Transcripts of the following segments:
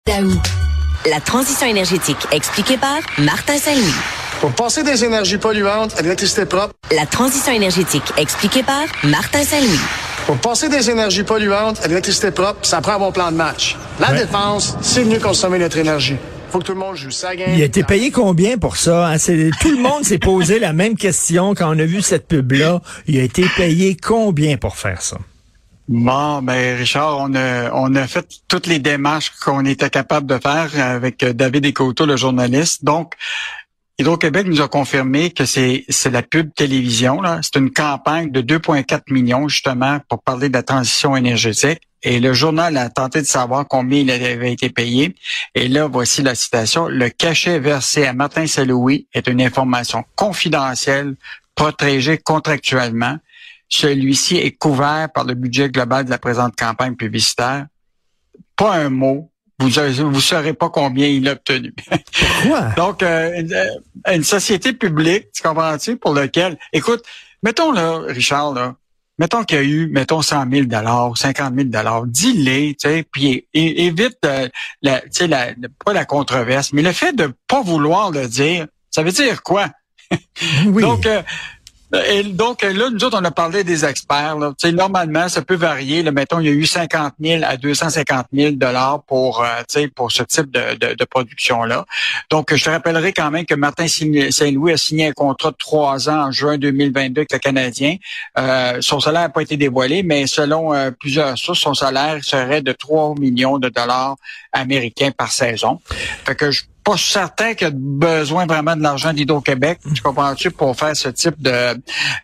Daou. La transition énergétique expliquée par Martin Saint-Louis. Pour passer des énergies polluantes à l'électricité propre. La transition énergétique expliquée par Martin Saint-Louis. Pour passer des énergies polluantes à l'électricité propre, ça prend un bon plan de match. La défense, c'est mieux consommer notre énergie. Faut que tout le monde joue sa game. Il a été payé combien pour ça? Hein? Tout le monde s'est posé la même question quand on a vu cette pub-là. Il a été payé combien pour faire ça? Bon, ben Richard, on a fait toutes les démarches qu'on était capable de faire avec David Écoto, le journaliste. Donc, Hydro-Québec nous a confirmé que c'est la pub télévision, là. C'est une campagne de 2,4 millions, justement, pour parler de la transition énergétique. Et le journal a tenté de savoir combien il avait été payé. Et là, voici la citation. Le cachet versé à Martin Saint-Louis est une information confidentielle, protégée contractuellement. Celui-ci est couvert par le budget global de la présente campagne publicitaire. Pas un mot. Vous saurez pas combien il a obtenu. Pourquoi? Donc, une société publique, tu comprends-tu, pour laquelle... Écoute, mettons là, Richard, là, mettons qu'il y a eu, 100 000 $, 50 000 $, dis-les, tu sais, puis évite, pas la controverse, mais le fait de pas vouloir le dire, ça veut dire quoi? Oui. Donc là, nous autres, on a parlé des experts. Là. Normalement, ça peut varier. Là, mettons, il y a eu 50 000 à 250 000 $ pour ce type de production-là. Donc, je te rappellerai quand même que Martin Saint-Louis a signé un contrat de 3 ans en juin 2022 avec le Canadien. Son salaire n'a pas été dévoilé, mais selon plusieurs sources, son salaire serait de 3 millions de dollars américains par saison. Fait que je pas certain qu'il y a besoin vraiment de l'argent d'Hydro-Québec, tu comprends-tu, pour faire ce type de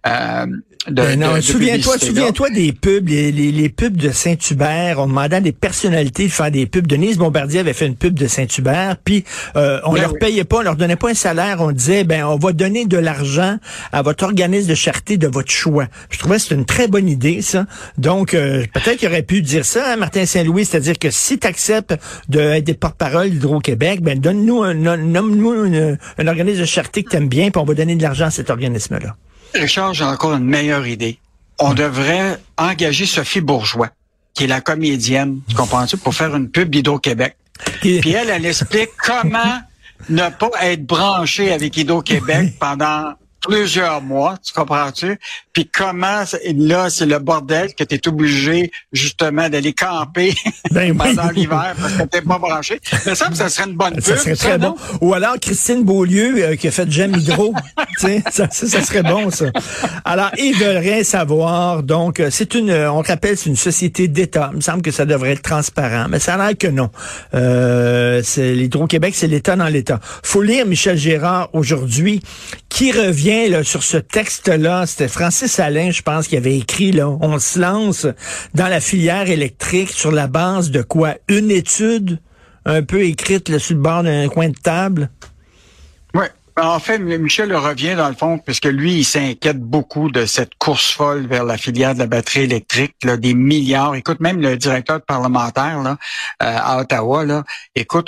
souviens-toi des pubs, les pubs de Saint-Hubert. On demandait à des personnalités de faire des pubs. Denise Bombardier avait fait une pub de Saint-Hubert, puis on leur payait pas, on leur donnait pas un salaire. On disait, on va donner de l'argent à votre organisme de charité de votre choix. Je trouvais que c'était une très bonne idée, ça. Donc, peut-être qu'il aurait pu dire ça, hein, Martin Saint-Louis, c'est-à-dire que si tu acceptes d'être des porte-parole d'Hydro-Québec, nomme-nous un organisme de charité que tu aimes bien, puis on va donner de l'argent à cet organisme-là. Richard, j'ai encore une meilleure idée. On devrait engager Sophie Bourgeois, qui est la comédienne, tu comprends-tu, pour faire une pub d'Hydro-Québec. Puis elle explique comment ne pas être branché avec Hydro-Québec pendant plusieurs mois, tu comprends-tu? Puis comment, là, c'est le bordel que tu es obligé, justement, d'aller camper pendant l'hiver parce que t'es pas branché. Mais ça serait une bonne pub. Ça serait très bon. Ou alors Christine Beaulieu qui a fait J'aime Hydro. ça serait bon, ça. Alors, ils veulent rien savoir. Donc, on rappelle, c'est une société d'État. Il me semble que ça devrait être transparent. Mais ça a l'air que non. C'est l'Hydro-Québec, c'est l'État dans l'État. Faut lire Michel Gérard aujourd'hui, qui revient là, sur ce texte-là. C'était Francis Alain, je pense, qui avait écrit, là, on se lance dans la filière électrique sur la base de quoi? Une étude un peu écrite là, sur le bord d'un coin de table? Oui. En fait, Michel revient dans le fond, puisque lui, il s'inquiète beaucoup de cette course folle vers la filière de la batterie électrique, là, des milliards. Écoute, même le directeur parlementaire là, à Ottawa, là, écoute,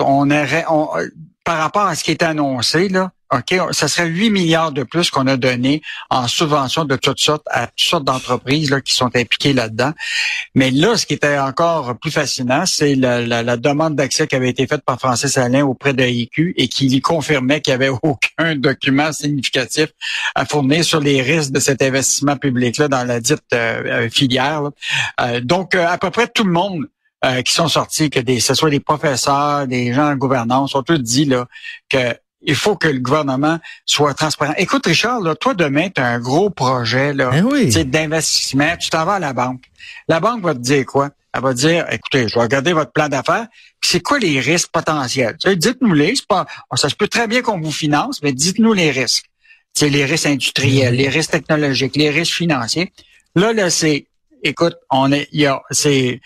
par rapport à ce qui est annoncé, là, OK, ça serait 8 milliards de plus qu'on a donné en subvention de toutes sortes à toutes sortes d'entreprises là, qui sont impliquées là-dedans. Mais là, ce qui était encore plus fascinant, c'est la demande d'accès qui avait été faite par Francis Alain auprès de l'AIQ et qui lui confirmait qu'il n'y avait aucun document significatif à fournir sur les risques de cet investissement public-là dans la dite filière. Donc, à peu près tout le monde qui sont sortis, que ce soit des professeurs, des gens en gouvernance, ont tous dit là que il faut que le gouvernement soit transparent. Écoute, Richard, là, toi, demain, tu as un gros projet là, d'investissement. Tu t'en vas à la banque. La banque va te dire quoi? Elle va te dire, écoutez, je vais regarder votre plan d'affaires. Puis c'est quoi les risques potentiels? Dites-nous-les. Ça se peut très bien qu'on vous finance, mais dites-nous les risques. C'est les risques industriels, les risques technologiques, les risques financiers. Là, écoute,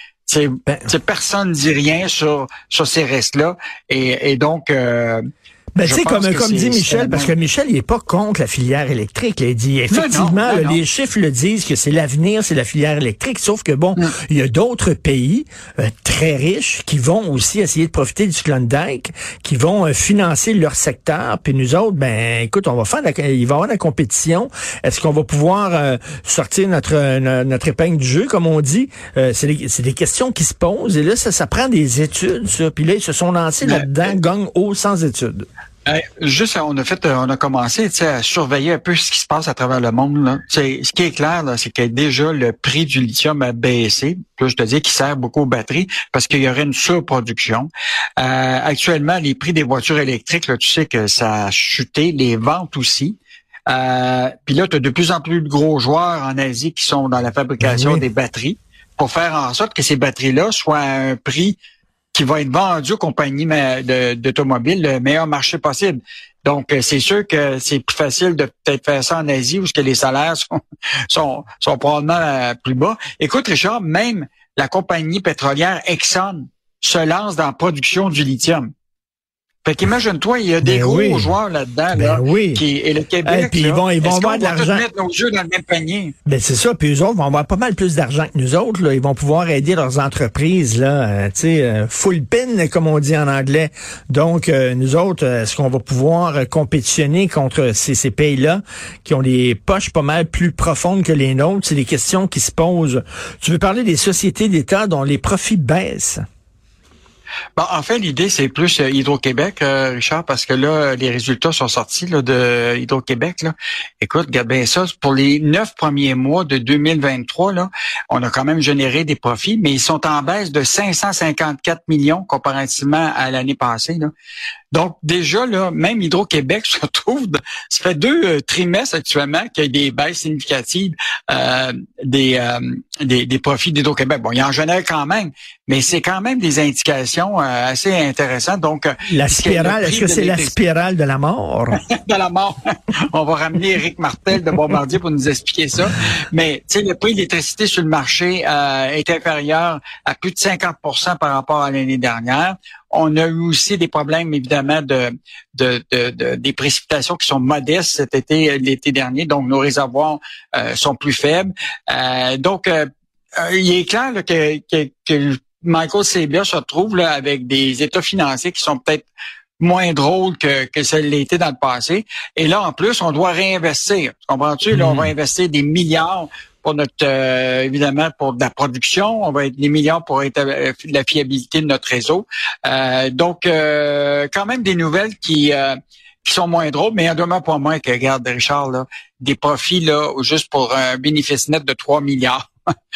personne ne dit rien sur ces risques-là. Et donc... Ben, tu sais, comme dit Michel, parce que Michel, il est pas contre la filière électrique. Là. Il dit, effectivement, non. Les chiffres le disent que c'est l'avenir, c'est la filière électrique. Sauf que, bon, il y a d'autres pays très riches qui vont aussi essayer de profiter du Klondike, qui vont financer leur secteur. Puis nous autres, ben, écoute, il va y avoir de la compétition. Est-ce qu'on va pouvoir sortir notre épingle du jeu, comme on dit? C'est des questions qui se posent. Et là, ça prend des études, ça. Puis là, ils se sont lancés là-dedans, gang-haut, sans études. On a commencé à surveiller un peu ce qui se passe à travers le monde. Là. Ce qui est clair, là, c'est que déjà le prix du lithium a baissé. Là, je te dis qu'il sert beaucoup aux batteries parce qu'il y aurait une surproduction. Actuellement, les prix des voitures électriques, là, tu sais que ça a chuté, les ventes aussi. Puis là, tu as de plus en plus de gros joueurs en Asie qui sont dans la fabrication des batteries pour faire en sorte que ces batteries-là soient à un prix qui va être vendu aux compagnies d'automobiles le meilleur marché possible. Donc, c'est sûr que c'est plus facile de peut-être faire ça en Asie où que les salaires sont probablement plus bas. Écoute, Richard, même la compagnie pétrolière Exxon se lance dans la production du lithium. Fait qu'imagine-toi, il y a des gros joueurs là-dedans, et le Québec, puis ils vont avoir de l'argent. Mettre nos jeux dans le même panier. Ben c'est ça, puis eux autres vont avoir pas mal plus d'argent que nous autres. Là. Ils vont pouvoir aider leurs entreprises, là, full pin, comme on dit en anglais. Donc, nous autres, est-ce qu'on va pouvoir compétitionner contre ces pays-là qui ont des poches pas mal plus profondes que les nôtres? C'est des questions qui se posent. Tu veux parler des sociétés d'État dont les profits baissent? Bon, en fait, l'idée, c'est plus Hydro-Québec, Richard, parce que là, les résultats sont sortis là, de Hydro-Québec. Là. Écoute, regarde bien ça. Pour les 9 premiers mois de 2023, là, on a quand même généré des profits, mais ils sont en baisse de 554 millions comparativement à l'année passée. Là. Donc, déjà, là, même Hydro-Québec se trouve, ça fait 2 trimestres actuellement qu'il y a des baisses significatives des profits d'Hydro-Québec. Bon, il en génère quand même, mais c'est quand même des indications assez intéressantes. Donc, la spirale, est-ce que c'est la spirale de la mort? De la mort. On va ramener Éric Martel de Bombardier pour nous expliquer ça. Mais, tu sais, le prix de l'électricité sur le marché est inférieur à plus de 50% par rapport à l'année dernière. On a eu aussi des problèmes, évidemment, des précipitations qui sont modestes cet été, l'été dernier. Donc, nos réservoirs sont plus faibles. Donc, il est clair là, que Michael Sabia se retrouve là, avec des états financiers qui sont peut-être moins drôles que ça l'était dans le passé. Et là, en plus, on doit réinvestir. Comprends-tu? Là, on va investir des milliards pour évidemment, pour de la production. On va être des milliards pour la fiabilité de notre réseau. Donc, quand même des nouvelles qui sont moins drôles, mais il y en demeure pas moins que, regarde, Richard, là, des profits, là, juste pour un bénéfice net de 3 milliards.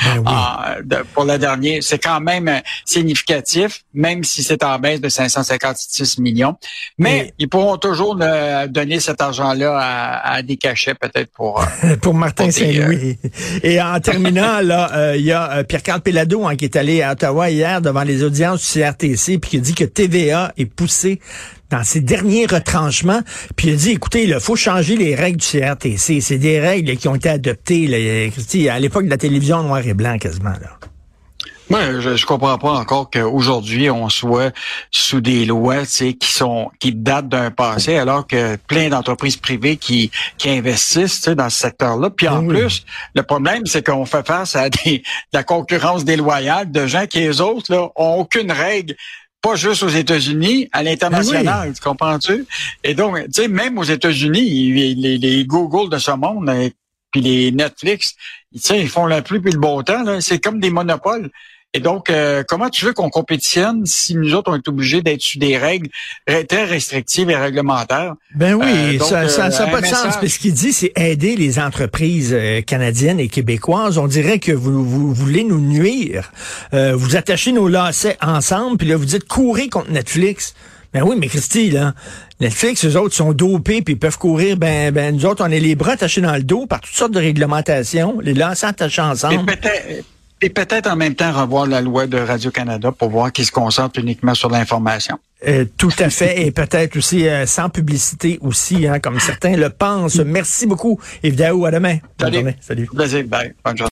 Pour la dernière, c'est quand même significatif, même si c'est en baisse de 556 millions. Mais ils pourront toujours donner cet argent-là à des cachets, peut-être pour Martin Saint-Louis. Et en terminant, là, il y a Pierre-Carl Péladeau qui est allé à Ottawa hier devant les audiences du CRTC, puis qui a dit que TVA est poussé dans ses derniers retranchements, puis il a dit, écoutez, il faut changer les règles du CRTC. C'est des règles qui ont été adoptées là, à l'époque de la télévision noir et blanc quasiment. Là. Moi, je comprends pas encore qu'aujourd'hui, on soit sous des lois qui datent d'un passé, alors que plein d'entreprises privées qui investissent dans ce secteur-là. Puis en plus, le problème, c'est qu'on fait face à de la concurrence déloyale de gens qui, eux autres, là, ont aucune règle. Pas juste aux États-Unis, à l'international, tu comprends-tu? Et donc, tu sais, même aux États-Unis, les Google de ce monde, puis les Netflix, tu sais, ils font la pluie puis le beau temps, là. C'est comme des monopoles. Et donc, comment tu veux qu'on compétitionne si nous autres, on est obligés d'être sous des règles très restrictives et réglementaires? Ben oui, donc, ça n'a pas de sens. Parce ce qu'il dit, c'est aider les entreprises canadiennes et québécoises. On dirait que vous voulez nous nuire. Vous attachez nos lacets ensemble, puis là, vous dites courez contre Netflix. Ben oui, mais Christy, là, Netflix, eux autres sont dopés puis ils peuvent courir. Ben, nous autres, on est les bras attachés dans le dos par toutes sortes de réglementations, les lacets attachés ensemble. Et peut-être en même temps revoir la loi de Radio-Canada pour voir qu'ils se concentrent uniquement sur l'information. Tout à fait. Et peut-être aussi sans publicité aussi, comme certains le pensent. Merci beaucoup, Yves Daou. À demain. Salut. Bonne journée. Salut. Plaisir. Bye. Bonne journée.